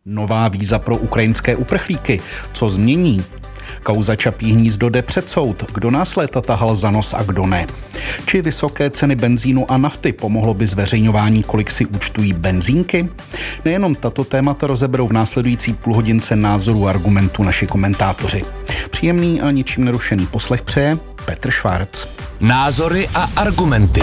Nová víza pro ukrajinské uprchlíky. Co změní? Kauza Čapí hnízdo jde před soud. Kdo nás léta tahal za nos a kdo ne? Či vysoké ceny benzínu a nafty pomohlo by zveřejňování, kolik si účtují benzínky? Nejenom tato témata rozeberou v následující půlhodince názorů a argumentů naši komentátoři. Příjemný a ničím nerušený poslech přeje Petr Švárc. Názory a argumenty.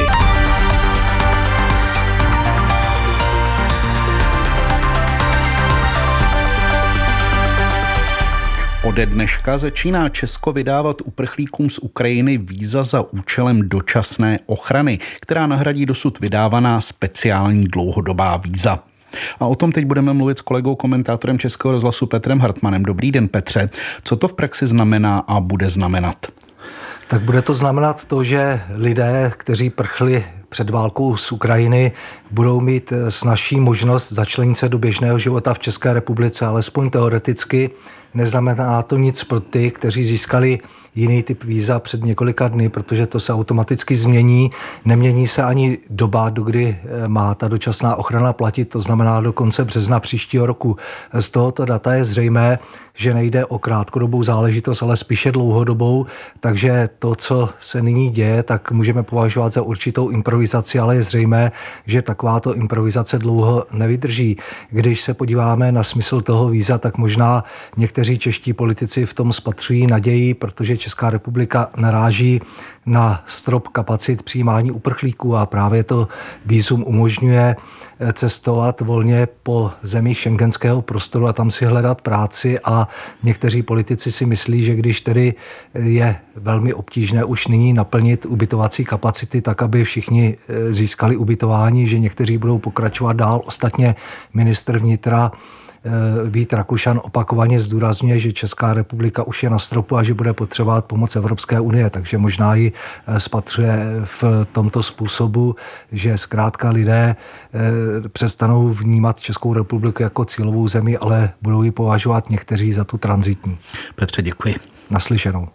Ode dneška začíná Česko vydávat uprchlíkům z Ukrajiny víza za účelem dočasné ochrany, která nahradí dosud vydávaná speciální dlouhodobá víza. A o tom teď budeme mluvit s kolegou komentátorem Českého rozhlasu Petrem Hartmanem. Dobrý den, Petře. Co to v praxi znamená a bude znamenat? Tak bude to znamenat to, že lidé, kteří prchli před válkou z Ukrajiny, budou mít snazší možnost začlenit se do běžného života v České republice, alespoň teoreticky. Neznamená to nic pro ty, kteří získali jiný typ víza před několika dny, protože to se automaticky změní. Nemění se ani doba, do kdy má ta dočasná ochrana platit, to znamená do konce března příštího roku. Z tohoto data je zřejmé, že nejde o krátkodobou záležitost, ale spíše dlouhodobou, takže to, co se nyní děje, tak můžeme považovat za určitou improvizaci, ale je zřejmé, že takováto improvizace dlouho nevydrží. Když se podíváme na smysl toho víza, tak možná někteří čeští politici v tom spatřují naději, protože Česká republika naráží na strop kapacit přijímání uprchlíků a právě to vízum umožňuje cestovat volně po zemích schengenského prostoru a tam si hledat práci a někteří politici si myslí, že když tedy je velmi obtížné už nyní naplnit ubytovací kapacity tak, aby všichni získali ubytování, že někteří budou pokračovat dál. Ostatně ministr vnitra Vít Rakušan opakovaně zdůrazňuje, že Česká republika už je na stropu a že bude potřebovat pomoc Evropské unie, takže možná ji spatřuje v tomto způsobu, že zkrátka lidé přestanou vnímat Českou republiku jako cílovou zemi, ale budou ji považovat někteří za tu tranzitní. Petře, děkuji. Naslyšenou.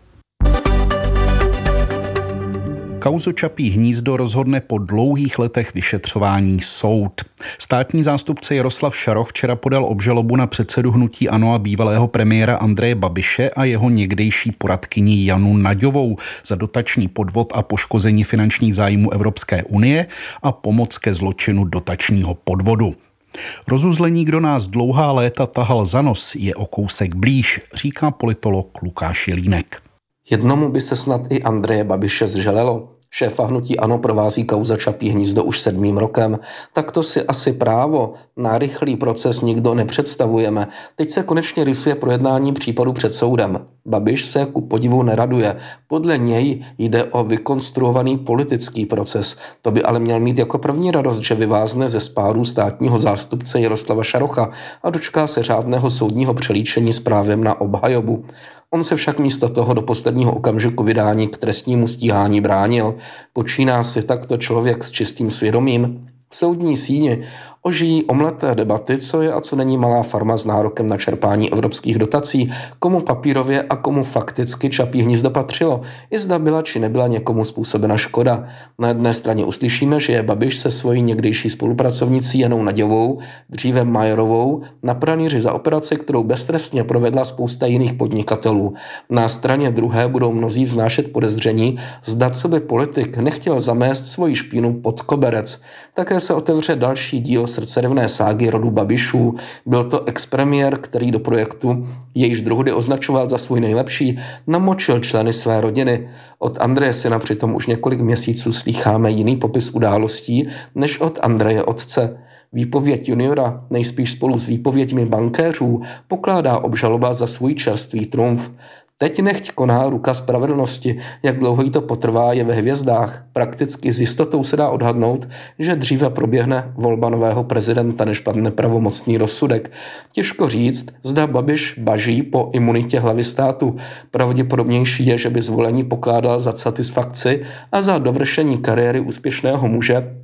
Kauzu Čapí hnízdo rozhodne po dlouhých letech vyšetřování soud. Státní zástupce Jaroslav Šaroch včera podal obžalobu na předsedu hnutí ANO a bývalého premiéra Andreje Babiše a jeho někdejší poradkyni Janu Naďovou za dotační podvod a poškození finančních zájmů Evropské unie a pomoc ke zločinu dotačního podvodu. Rozuzlení, kdo nás dlouhá léta tahal za nos, je o kousek blíž, říká politolog Lukáš Jelínek. Jednomu by se snad i Andreje Babiše zželelo. Šéfa hnutí ANO provází kauza Čapí hnízdo už 7. rokem. Tak to si asi právo na rychlý proces nikdo nepředstavujeme. Teď se konečně rysuje projednání případu před soudem. Babiš se ku podivu neraduje. Podle něj jde o vykonstruovaný politický proces. To by ale měl mít jako první radost, že vyvázne ze spáru státního zástupce Jaroslava Šarocha a dočká se řádného soudního přelíčení s právem na obhajobu. On se však místo toho do posledního okamžiku vydání k trestnímu stíhání bránil. Počíná si takto člověk s čistým svědomím? V soudní síni ožijí omleté debaty, co je a co není malá farma s nárokem na čerpání evropských dotací, komu papírově a komu fakticky Čapí hnízdo patřilo, i zda byla či nebyla někomu způsobena škoda. Na jedné straně uslyšíme, že je Babiš se svojí někdejší spolupracovnicí Janou Naďovou, dříve Majerovou, na pranýři za operaci, kterou beztrestně provedla spousta jiných podnikatelů. Na straně druhé budou mnozí vznášet podezření, zda co by politik nechtěl zamést svoji špínu pod koberec. Také se otevře další díl srdcerivné ságy rodu Babišů. Byl to expremiér, který do projektu, jejíž druhudy označoval za svůj nejlepší, namočil členy své rodiny. Od Andreje syna přitom už několik měsíců slýcháme jiný popis událostí, než od Andreje otce. Výpověď juniora, nejspíš spolu s výpověďmi bankéřů, pokládá obžaloba za svůj čerstvý trumf. Teď nechť koná ruka spravedlnosti, jak dlouho jí to potrvá, je ve hvězdách. Prakticky s jistotou se dá odhadnout, že dříve proběhne volba nového prezidenta, než padne pravomocný rozsudek. Těžko říct, zda Babiš baží po imunitě hlavy státu. Pravděpodobnější je, že by zvolení pokládal za satisfakci a za dovršení kariéry úspěšného muže,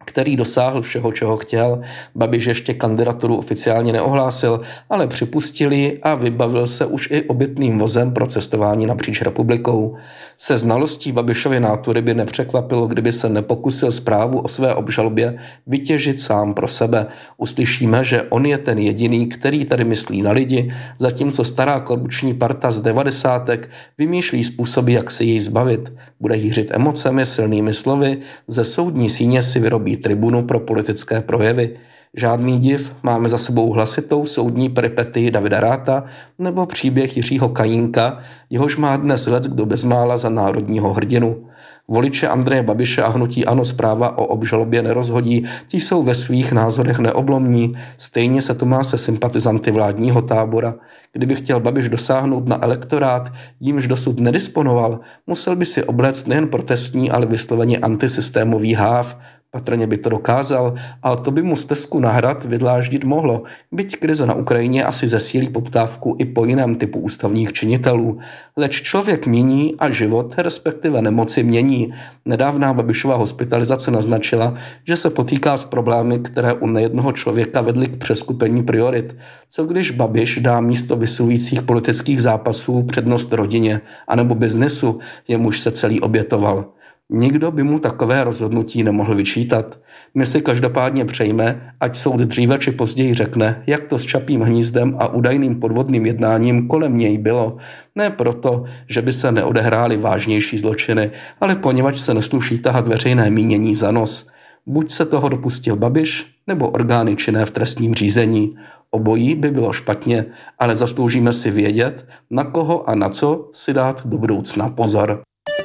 který dosáhl všeho, čeho chtěl. Babiš ještě kandidaturu oficiálně neohlásil, ale připustil ji a vybavil se už i obytným vozem pro cestování napříč republikou. Se znalostí Babišovy nátury by nepřekvapilo, kdyby se nepokusil zprávu o své obžalobě vytěžit sám pro sebe. Uslyšíme, že on je ten jediný, který tady myslí na lidi, zatímco stará korupční parta z 90. vymýšlí způsoby, jak se jej zbavit. Bude hýřit emocemi, silnými slovy, ze soudní síně si vyrobí tribunu pro politické projevy. Žádný div, máme za sebou hlasitou soudní peripetii Davida Ratha nebo příběh Jiřího Kajínka, jehož má dnes leckdo bezmála za národního hrdinu. Voliče Andreje Babiše a hnutí ANO zpráva o obžalobě nerozhodí, ti jsou ve svých názorech neoblomní, stejně se to má se sympatizanty vládního tábora. Kdyby chtěl Babiš dosáhnout na elektorát, jímž dosud nedisponoval, musel by si obléct nejen protestní, ale vysloveně antisystémový háv. Patrně by to dokázal, ale to by mu stezku na hrad vydláždit mohlo, byť krize na Ukrajině asi zesílí poptávku i po jiném typu ústavních činitelů. Leč člověk mění a život, respektive nemoci mění. Nedávná Babišova hospitalizace naznačila, že se potýká s problémy, které u nejednoho člověka vedly k přeskupení priorit. Co když Babiš dá místo vysilujících politických zápasů přednost rodině anebo biznesu, jemuž se celý obětoval? Nikdo by mu takové rozhodnutí nemohl vyčítat. My si každopádně přejme, ať soud dříve či později řekne, jak to s Čapím hnízdem a údajným podvodným jednáním kolem něj bylo. Ne proto, že by se neodehrály vážnější zločiny, ale poněvadž se nesluší tahat veřejné mínění za nos. Buď se toho dopustil Babiš, nebo orgány činné v trestním řízení. Obojí by bylo špatně, ale zasloužíme si vědět, na koho a na co si dát do budoucna pozor.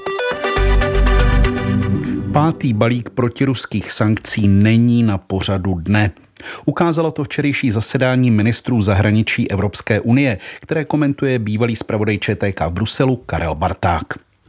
5. balík protiruských sankcí není na pořadu dne. Ukázalo to včerejší zasedání ministrů zahraničí Evropské unie, které komentuje bývalý zpravodaj ČTK v Bruselu Karel Barták.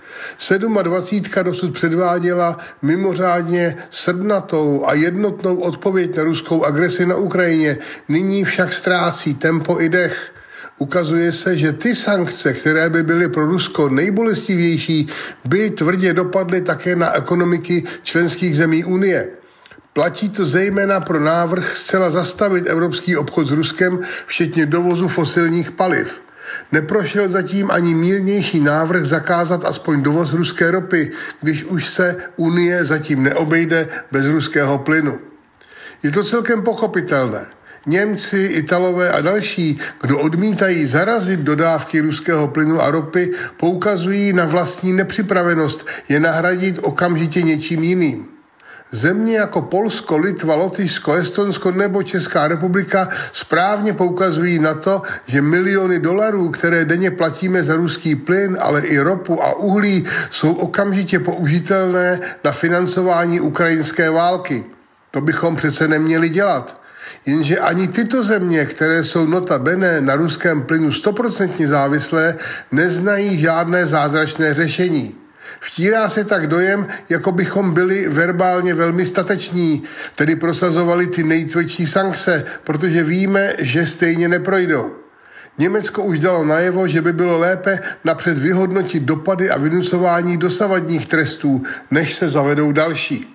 27. dosud předváděla mimořádně srdnatou a jednotnou odpověď na ruskou agresi na Ukrajině, nyní však ztrácí tempo i dech. Ukazuje se, že ty sankce, které by byly pro Rusko nejbolestivější, by tvrdě dopadly také na ekonomiky členských zemí Unie. Platí to zejména pro návrh zcela zastavit evropský obchod s Ruskem, včetně dovozu fosilních paliv. Neprošel zatím ani mírnější návrh zakázat aspoň dovoz ruské ropy, když už se Unie zatím neobejde bez ruského plynu. Je to celkem pochopitelné. Němci, Italové a další, kdo odmítají zarazit dodávky ruského plynu a ropy, poukazují na vlastní nepřipravenost je nahradit okamžitě něčím jiným. Země jako Polsko, Litva, Lotyšsko, Estonsko nebo Česká republika správně poukazují na to, že miliony dolarů, které denně platíme za ruský plyn, ale i ropu a uhlí, jsou okamžitě použitelné na financování ukrajinské války. To bychom přece neměli dělat. Jenže ani tyto země, které jsou nota bene na ruském plynu 100% závislé, neznají žádné zázračné řešení. Vtírá se tak dojem, jako bychom byli verbálně velmi stateční, tedy prosazovali ty nejtvrdší sankce, protože víme, že stejně neprojdou. Německo už dalo najevo, že by bylo lépe napřed vyhodnotit dopady a vynucování dosavadních trestů, než se zavedou další.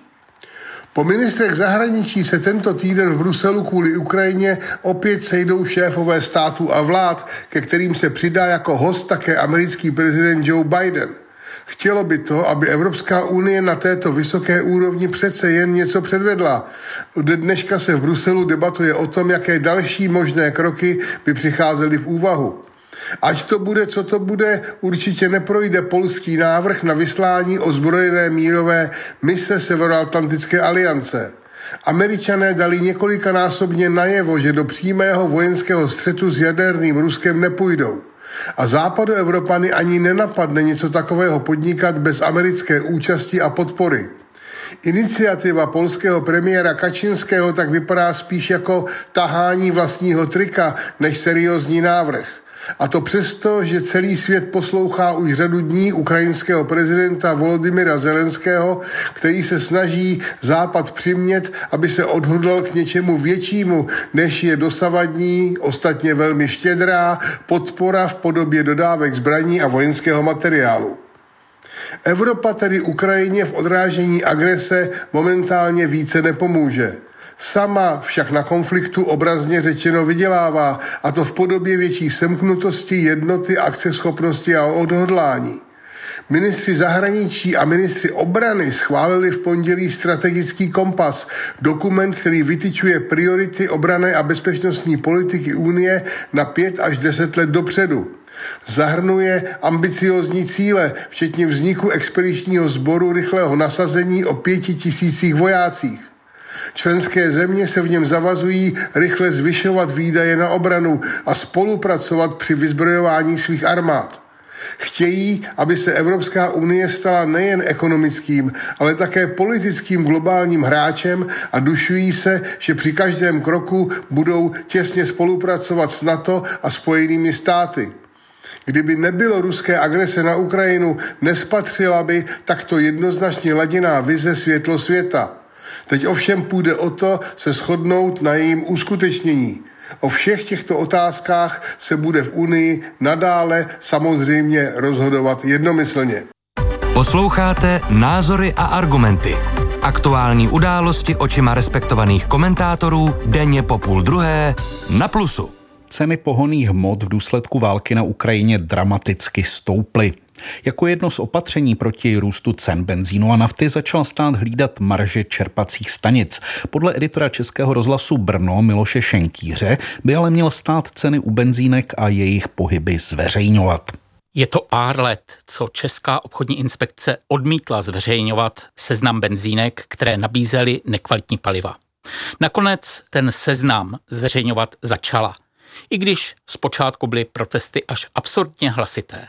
Po ministrech zahraničí se tento týden v Bruselu kvůli Ukrajině opět sejdou šéfové států a vlád, ke kterým se přidá jako host také americký prezident Joe Biden. Chtělo by to, aby Evropská unie na této vysoké úrovni přece jen něco předvedla. Ode dneška se v Bruselu debatuje o tom, jaké další možné kroky by přicházely v úvahu. Ať to bude, co to bude, určitě neprojde polský návrh na vyslání ozbrojené mírové mise Severoatlantické aliance. Američané dali několikanásobně najevo, že do přímého vojenského střetu s jaderným Ruskem nepůjdou. A Západoevropany ani nenapadne něco takového podnikat bez americké účasti a podpory. Iniciativa polského premiéra Kačinského tak vypadá spíš jako tahání vlastního trika než seriózní návrh. A to přesto, že celý svět poslouchá už řadu dní ukrajinského prezidenta Volodymyra Zelenského, který se snaží Západ přimět, aby se odhodlal k něčemu většímu, než je dosavadní, ostatně velmi štědrá podpora v podobě dodávek zbraní a vojenského materiálu. Evropa tedy Ukrajině v odrážení agrese momentálně více nepomůže. Sama však na konfliktu obrazně řečeno vydělává, a to v podobě větší semknutosti, jednoty, akceschopnosti a odhodlání. Ministři zahraničí a ministři obrany schválili v pondělí strategický kompas, dokument, který vytyčuje priority obranné a bezpečnostní politiky Unie na 5 až 10 let dopředu. Zahrnuje ambiciózní cíle, včetně vzniku expedičního sboru rychlého nasazení o 5 000 vojácích. Členské země se v něm zavazují rychle zvyšovat výdaje na obranu a spolupracovat při vyzbrojování svých armád. Chtějí, aby se Evropská unie stala nejen ekonomickým, ale také politickým globálním hráčem a dušují se, že při každém kroku budou těsně spolupracovat s NATO a Spojenými státy. Kdyby nebylo ruské agrese na Ukrajinu, nespatřila by takto jednoznačně laděná vize světlo světa. Teď ovšem půjde o to se shodnout na jejím uskutečnění. O všech těchto otázkách se bude v Unii nadále samozřejmě rozhodovat jednomyslně. Posloucháte Názory a argumenty. Aktuální události očima respektovaných komentátorů denně po 12:30 na Plusu. Ceny pohonných hmot v důsledku války na Ukrajině dramaticky stouply. Jako jedno z opatření proti růstu cen benzínu a nafty začal stát hlídat marže čerpacích stanic. Podle editora Českého rozhlasu Brno Miloše Šenkýře by ale měl stát ceny u benzínek a jejich pohyby zveřejňovat. Je to pár let, co Česká obchodní inspekce odmítla zveřejňovat seznam benzínek, které nabízely nekvalitní paliva. Nakonec ten seznam zveřejňovat začala, i když zpočátku byly protesty až absurdně hlasité.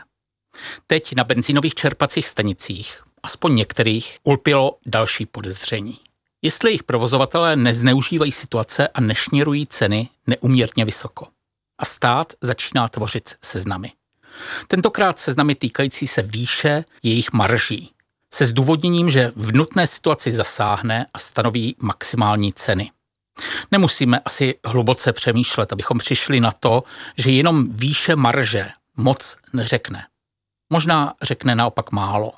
Teď na benzínových čerpacích stanicích, aspoň některých, ulpělo další podezření. Jestli jejich provozovatelé nezneužívají situace a nešněrují ceny neúměrně vysoko. A stát začíná tvořit seznamy. Tentokrát seznamy týkající se výše jejich marží, se zdůvodněním, že v nutné situaci zasáhne a stanoví maximální ceny. Nemusíme asi hluboce přemýšlet, abychom přišli na to, že jenom výše marže moc neřekne. Možná řekne naopak málo.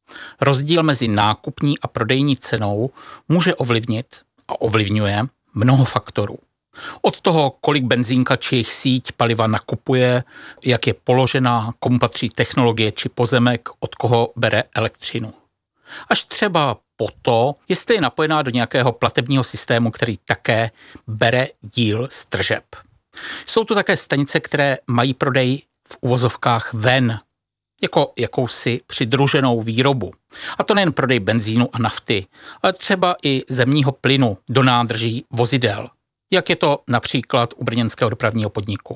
Rozdíl mezi nákupní a prodejní cenou může ovlivnit a ovlivňuje mnoho faktorů. Od toho, kolik benzínka či jejich síť paliva nakupuje, jak je položená, komu patří technologie či pozemek, od koho bere elektřinu. Až třeba po to, jestli je napojená do nějakého platebního systému, který také bere díl z tržeb. Jsou tu také stanice, které mají prodej v uvozovkách ven, jako jakousi přidruženou výrobu. A to nejen prodej benzínu a nafty, ale třeba i zemního plynu do nádrží vozidel, jak je to například u brněnského dopravního podniku.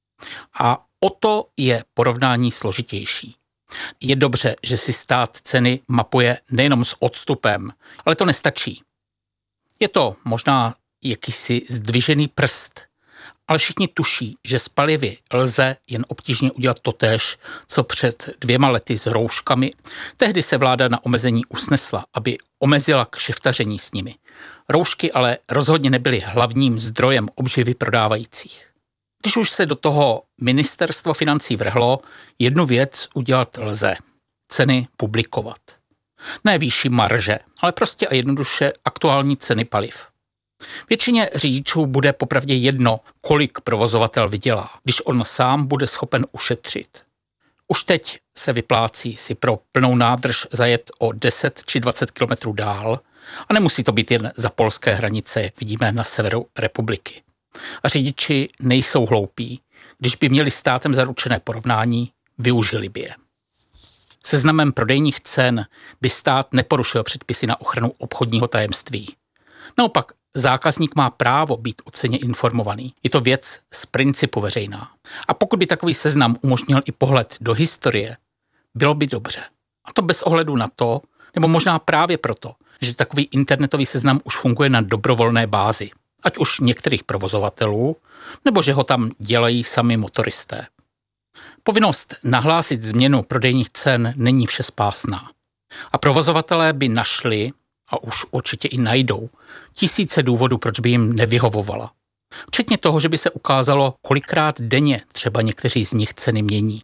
A o to je porovnání složitější. Je dobře, že si stát ceny mapuje nejenom s odstupem, ale to nestačí. Je to možná jakýsi zdvižený prst, ale všichni tuší, že s palivy lze jen obtížně udělat totéž, co před 2 lety s rouškami. Tehdy se vláda na omezení usnesla, aby omezila kšeftaření s nimi. Roušky ale rozhodně nebyly hlavním zdrojem obživy prodávajících. Když už se do toho ministerstvo financí vrhlo, jednu věc udělat lze. Ceny publikovat. Ne výši marže, ale prostě a jednoduše aktuální ceny paliv. Většině řidičů bude popravdě jedno, kolik provozovatel vydělá, když on sám bude schopen ušetřit. Už teď se vyplácí si pro plnou nádrž zajet o 10 či 20 kilometrů dál a nemusí to být jen za polské hranice, jak vidíme na severu republiky. A řidiči nejsou hloupí. Když by měli státem zaručené porovnání, využili by je. Seznamem prodejních cen by stát neporušil předpisy na ochranu obchodního tajemství. Naopak, zákazník má právo být o ceně informovaný. Je to věc z principu veřejná. A pokud by takový seznam umožnil i pohled do historie, bylo by dobře. A to bez ohledu na to, nebo možná právě proto, že takový internetový seznam už funguje na dobrovolné bázi. Ať už některých provozovatelů, nebo že ho tam dělají sami motoristé. Povinnost nahlásit změnu prodejních cen není všespásná. A provozovatelé by našli, a už určitě i najdou, tisíce důvodů, proč by jim nevyhovovala. Včetně toho, že by se ukázalo, kolikrát denně třeba někteří z nich ceny mění.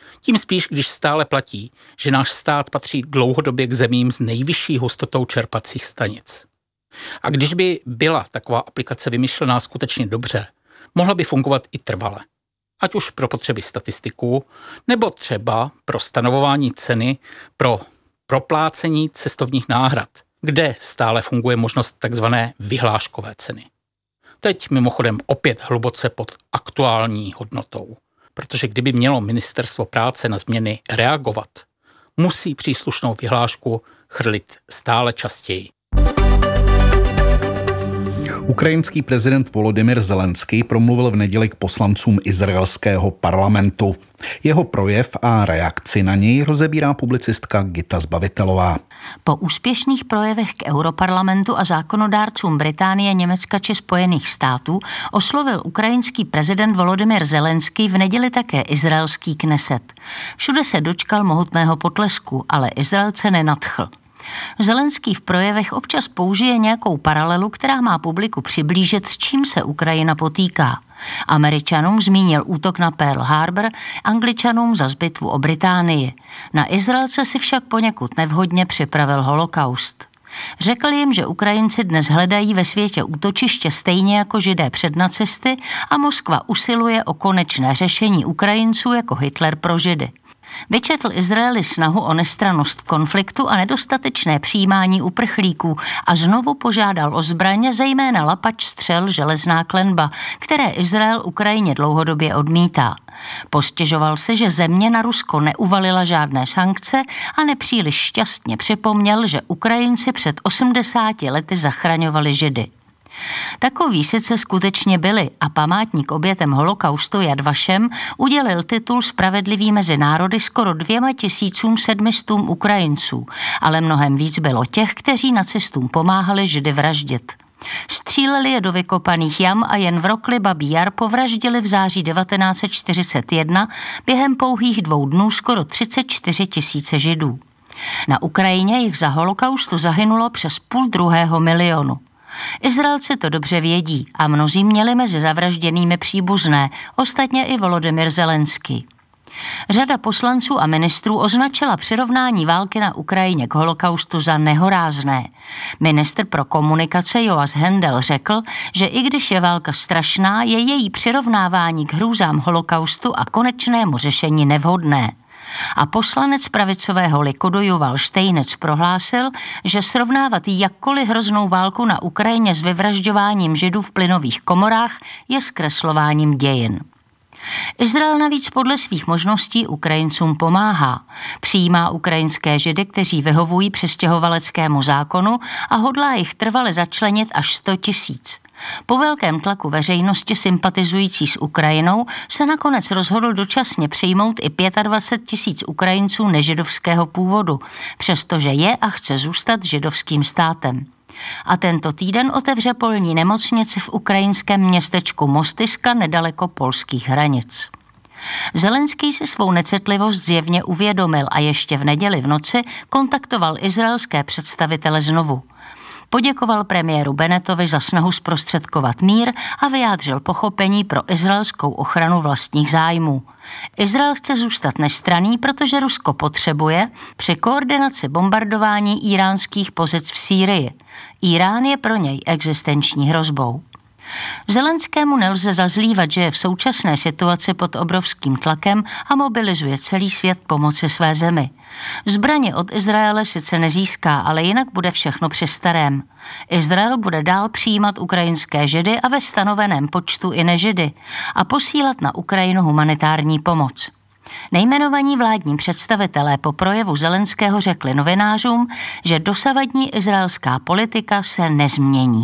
Tím spíš, když stále platí, že náš stát patří dlouhodobě k zemím s nejvyšší hustotou čerpacích stanic. A když by byla taková aplikace vymyšlená skutečně dobře, mohla by fungovat i trvale. Ať už pro potřeby statistiků, nebo třeba pro stanovování ceny pro proplácení cestovních náhrad, kde stále funguje možnost takzvané vyhláškové ceny. Teď mimochodem opět hluboce pod aktuální hodnotou, protože kdyby mělo Ministerstvo práce na změny reagovat, musí příslušnou vyhlášku chrlit stále častěji. Ukrajinský prezident Volodymyr Zelenský promluvil v neděli k poslancům izraelského parlamentu. Jeho projev a reakci na něj rozebírá publicistka Gita Zbavitelová. Po úspěšných projevech k Europarlamentu a zákonodárcům Británie, Německa či Spojených států oslovil ukrajinský prezident Volodymyr Zelenský v neděli také izraelský Kneset. Všude se dočkal mohutného potlesku, ale Izraelce nenadchl. Zelenský v projevech občas použije nějakou paralelu, která má publiku přiblížit, s čím se Ukrajina potýká. Američanům zmínil útok na Pearl Harbor, Angličanům za bitvu o Británii. Na Izraelce si však poněkud nevhodně připravil holokaust. Řekl jim, že Ukrajinci dnes hledají ve světě útočiště stejně jako Židé před nacisty a Moskva usiluje o konečné řešení Ukrajinců jako Hitler pro Židy. Vyčetl Izraeli snahu o nestrannost v konfliktu a nedostatečné přijímání uprchlíků a znovu požádal o zbraně, zejména lapač, střel, železná klenba, které Izrael Ukrajině dlouhodobě odmítá. Postěžoval se, že země na Rusko neuvalila žádné sankce a nepříliš šťastně připomněl, že Ukrajinci před 80 lety zachraňovali Židy. Takoví sice skutečně byli a památník obětem holokaustu Yad Vashem udělil titul Spravedlivý mezi národy skoro 2700 Ukrajinců, ale mnohem víc bylo těch, kteří nacistům pomáhali Židy vraždit. Stříleli je do vykopaných jam a jen v rokli Babí Jar povraždili v září 1941 během pouhých 2 dnů skoro 34 000 Židů. Na Ukrajině jich za holokaustu zahynulo přes 500 000. Izraelci to dobře vědí a mnozí měli mezi zavražděnými příbuzné, ostatně i Volodymyr Zelenský. Řada poslanců a ministrů označila přirovnání války na Ukrajině k holokaustu za nehorázné. Ministr pro komunikace Joas Hendel řekl, že i když je válka strašná, je její přirovnávání k hrůzám holokaustu a konečnému řešení nevhodné. A poslanec pravicového Likudu Juval Štejnec prohlásil, že srovnávat jakkoliv hroznou válku na Ukrajině s vyvražďováním Židů v plynových komorách je zkreslováním dějin. Izrael navíc podle svých možností Ukrajincům pomáhá. Přijímá ukrajinské Židy, kteří vyhovují přistěhovaleckému zákonu a hodlá jich trvale začlenit až 100 000. Po velkém tlaku veřejnosti sympatizující s Ukrajinou se nakonec rozhodl dočasně přijmout i 25 000 Ukrajinců nežidovského původu, přestože je a chce zůstat židovským státem. A tento týden otevře polní nemocnici v ukrajinském městečku Mostyska nedaleko polských hranic. Zelenský si svou necitlivost zjevně uvědomil a ještě v neděli v noci kontaktoval izraelské představitele znovu. Poděkoval premiéru Bennettovi za snahu zprostředkovat mír a vyjádřil pochopení pro izraelskou ochranu vlastních zájmů. Izrael chce zůstat nestranný, protože Rusko potřebuje při koordinaci bombardování íránských pozic v Sýrii. Irán je pro něj existenční hrozbou. Zelenskému nelze zazlívat, že je v současné situaci pod obrovským tlakem a mobilizuje celý svět k pomoci své zemi. Zbraně od Izraele sice nezíská, ale jinak bude všechno při starém. Izrael bude dál přijímat ukrajinské Židy a ve stanoveném počtu i nežidy a posílat na Ukrajinu humanitární pomoc. Nejmenovaní vládní představitelé po projevu Zelenského řekli novinářům, že dosavadní izraelská politika se nezmění.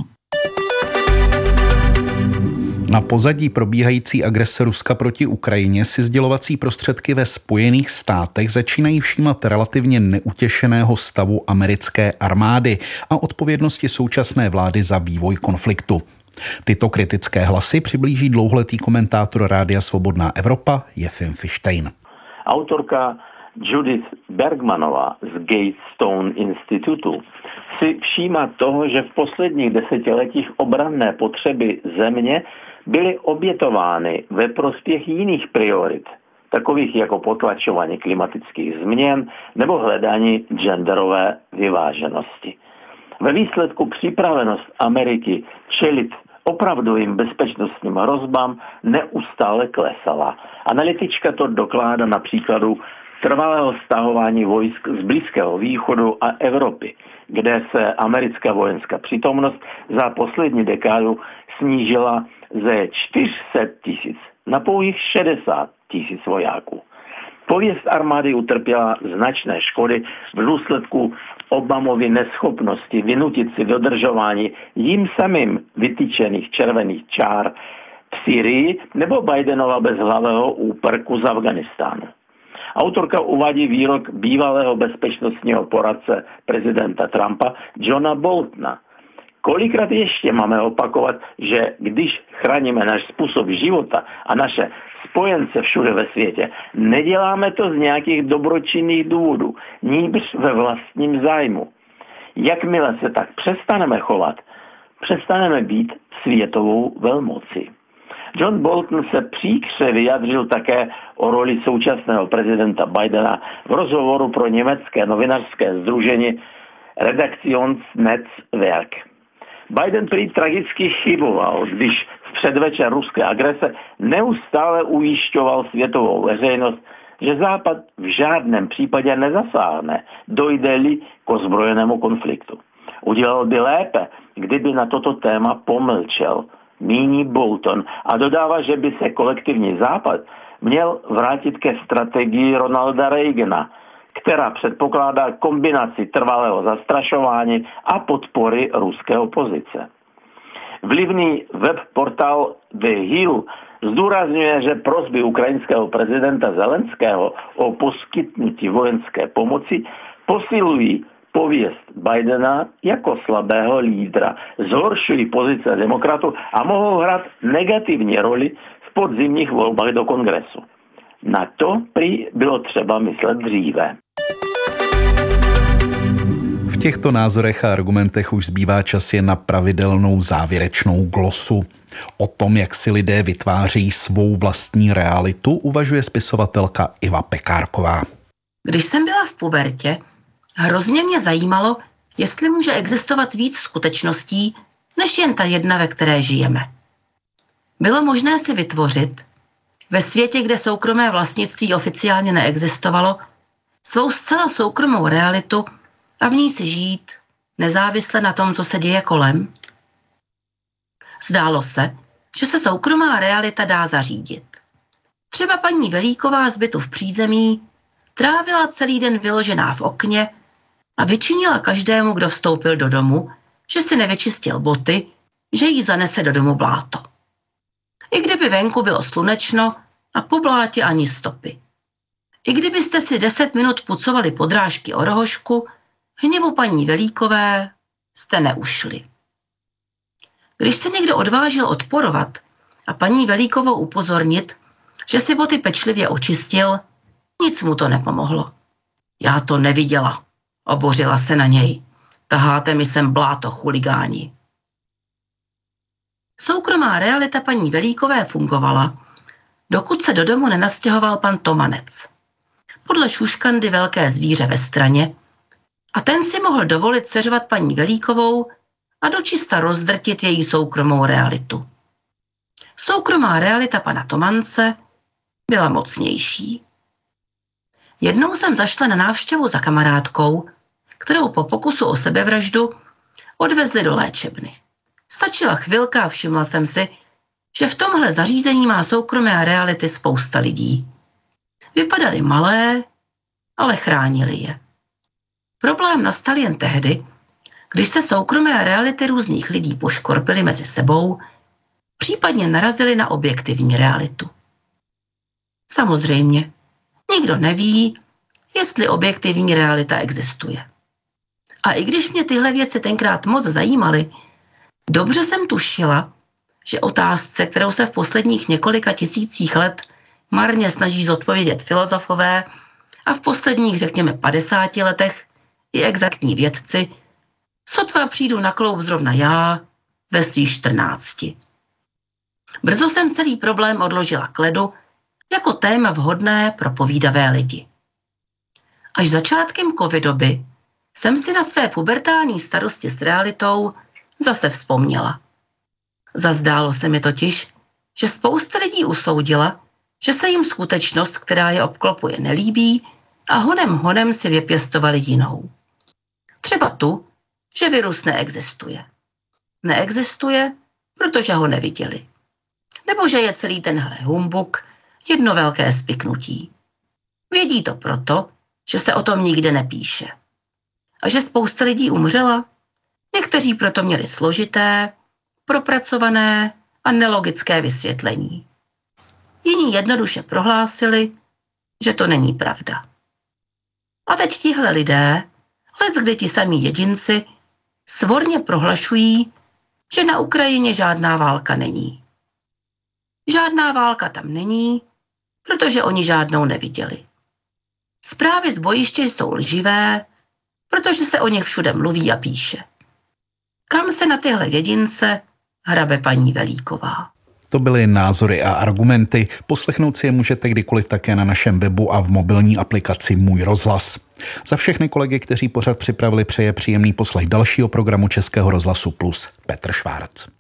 Na pozadí probíhající agrese Ruska proti Ukrajině si sdělovací prostředky ve Spojených státech začínají všímat relativně neutěšeného stavu americké armády a odpovědnosti současné vlády za vývoj konfliktu. Tyto kritické hlasy přiblíží dlouholetý komentátor Rádia Svobodná Evropa Jefim Fištejn. Autorka Judith Bergmanová z Gatestone institutu si všímá toho, že v posledních desetiletích obranné potřeby země byly obětovány ve prospěch jiných priorit, takových jako potlačování klimatických změn nebo hledání genderové vyváženosti. Ve výsledku připravenost Ameriky čelit opravdovým bezpečnostním hrozbám neustále klesala. Analytička to dokládá na příkladu trvalého stahování vojsk z Blízkého východu a Evropy, kde se americká vojenská přítomnost za poslední dekádu snížila ze 400 000 na pouhých 60 000 vojáků. Pověst armády utrpěla značné škody v důsledku Obamovy neschopnosti vynutit si dodržování jím samým vytyčených červených čár v Syrii nebo Bidenova bezhlavého úprku z Afganistánu. Autorka uvádí výrok bývalého bezpečnostního poradce prezidenta Trumpa Johna Boltona. Kolikrát ještě máme opakovat, že když chráníme náš způsob života a naše spojence všude ve světě, neděláme to z nějakých dobročinných důvodů, nýbrž ve vlastním zájmu. Jakmile se tak přestaneme chovat, přestaneme být světovou velmocí. John Bolton se příkře vyjadřil také o roli současného prezidenta Bidena v rozhovoru pro německé novinářské sdružení Redaktionsnetzwerk. Biden prý tragicky chyboval, když v předvečer ruské agrese neustále ujišťoval světovou veřejnost, že Západ v žádném případě nezasáhne, dojde-li k ozbrojenému konfliktu. Udělal by lépe, kdyby na toto téma pomlčel, míní Bolton, a dodává, že by se kolektivní Západ měl vrátit ke strategii Ronalda Reagana, která předpokládá kombinaci trvalého zastrašování a podpory ruské opozice. Vlivný webportál The Hill zdůrazňuje, že prosby ukrajinského prezidenta Zelenského o poskytnutí vojenské pomoci posilují pověst Bidena jako slabého lídra, zhoršují pozice demokratů a mohou hrát negativní roli v podzimních volbách do kongresu. Na to prý bylo třeba myslet dříve. V těchto názorech a argumentech už zbývá čas jen na pravidelnou závěrečnou glosu. O tom, jak si lidé vytváří svou vlastní realitu, uvažuje spisovatelka Iva Pekárková. Když jsem byla v pubertě, hrozně mě zajímalo, jestli může existovat víc skutečností, než jen ta jedna, ve které žijeme. Bylo možné si vytvořit, ve světě, kde soukromé vlastnictví oficiálně neexistovalo, svou zcela soukromou realitu a v ní si žít, nezávisle na tom, co se děje kolem? Zdálo se, že se soukromá realita dá zařídit. Třeba paní Velíková z bytu v přízemí trávila celý den vyložená v okně a vyčinila každému, kdo vstoupil do domu, že si nevyčistil boty, že jí zanese do domu bláto. I kdyby venku bylo slunečno a po blátě ani stopy. I kdybyste si 10 minut pucovali podrážky o rohošku, hněvu paní Velíkové jste neušli. Když se někdo odvážil odporovat a paní Velíkovou upozornit, že si boty pečlivě očistil, nic mu to nepomohlo. Já to neviděla, obořila se na něj. Taháte mi sem bláto, chuligáni. Soukromá realita paní Velíkové fungovala, dokud se do domu nenastěhoval pan Tomanec. Podle šuškandy velké zvíře ve straně, a ten si mohl dovolit seřvat paní Velíkovou a dočista rozdrtit její soukromou realitu. Soukromá realita pana Tomance byla mocnější. Jednou jsem zašla na návštěvu za kamarádkou, kterou po pokusu o sebevraždu odvezli do léčebny. Stačila chvilka a všimla jsem si, že v tomhle zařízení má soukromé reality spousta lidí. Vypadaly malé, ale chránili je. Problém nastal jen tehdy, když se soukromé reality různých lidí poškorpily mezi sebou, případně narazily na objektivní realitu. Samozřejmě, nikdo neví, jestli objektivní realita existuje. A i když mě tyhle věci tenkrát moc zajímaly, dobře jsem tušila, že otázce, kterou se v posledních několika tisících let marně snaží zodpovědět filozofové a v posledních, řekněme, 50 letech i exaktní vědci, sotva přijdu na kloub zrovna já ve svých 14. Brzo jsem celý problém odložila k ledu jako téma vhodné pro povídavé lidi. Až začátkem covidoby jsem si na své pubertální starosti s realitou zase vzpomněla. Zazdálo se mi totiž, že spousta lidí usoudila, že se jim skutečnost, která je obklopuje, nelíbí a honem si vypěstovali jinou. Třeba tu, že virus neexistuje. Neexistuje, protože ho neviděli. Nebo že je celý tenhle humbuk jedno velké spiknutí. Vědí to proto, že se o tom nikde nepíše. A že spousta lidí umřela? Někteří proto měli složité, propracované a nelogické vysvětlení. Jiní jednoduše prohlásili, že to není pravda. A teď tihle lidé, leckdy ti samí jedinci, svorně prohlašují, že na Ukrajině žádná válka není. Žádná válka tam není, protože oni žádnou neviděli. Zprávy z bojiště jsou lživé, protože se o nich všude mluví a píše. Kam se na tyhle jedince hrabe paní Velíková? To byly názory a argumenty. Poslechnout si je můžete kdykoliv také na našem webu a v mobilní aplikaci Můj rozhlas. Za všechny kolegy, kteří pořad připravili, přeje příjemný poslech dalšího programu Českého rozhlasu Plus Petr Švárc.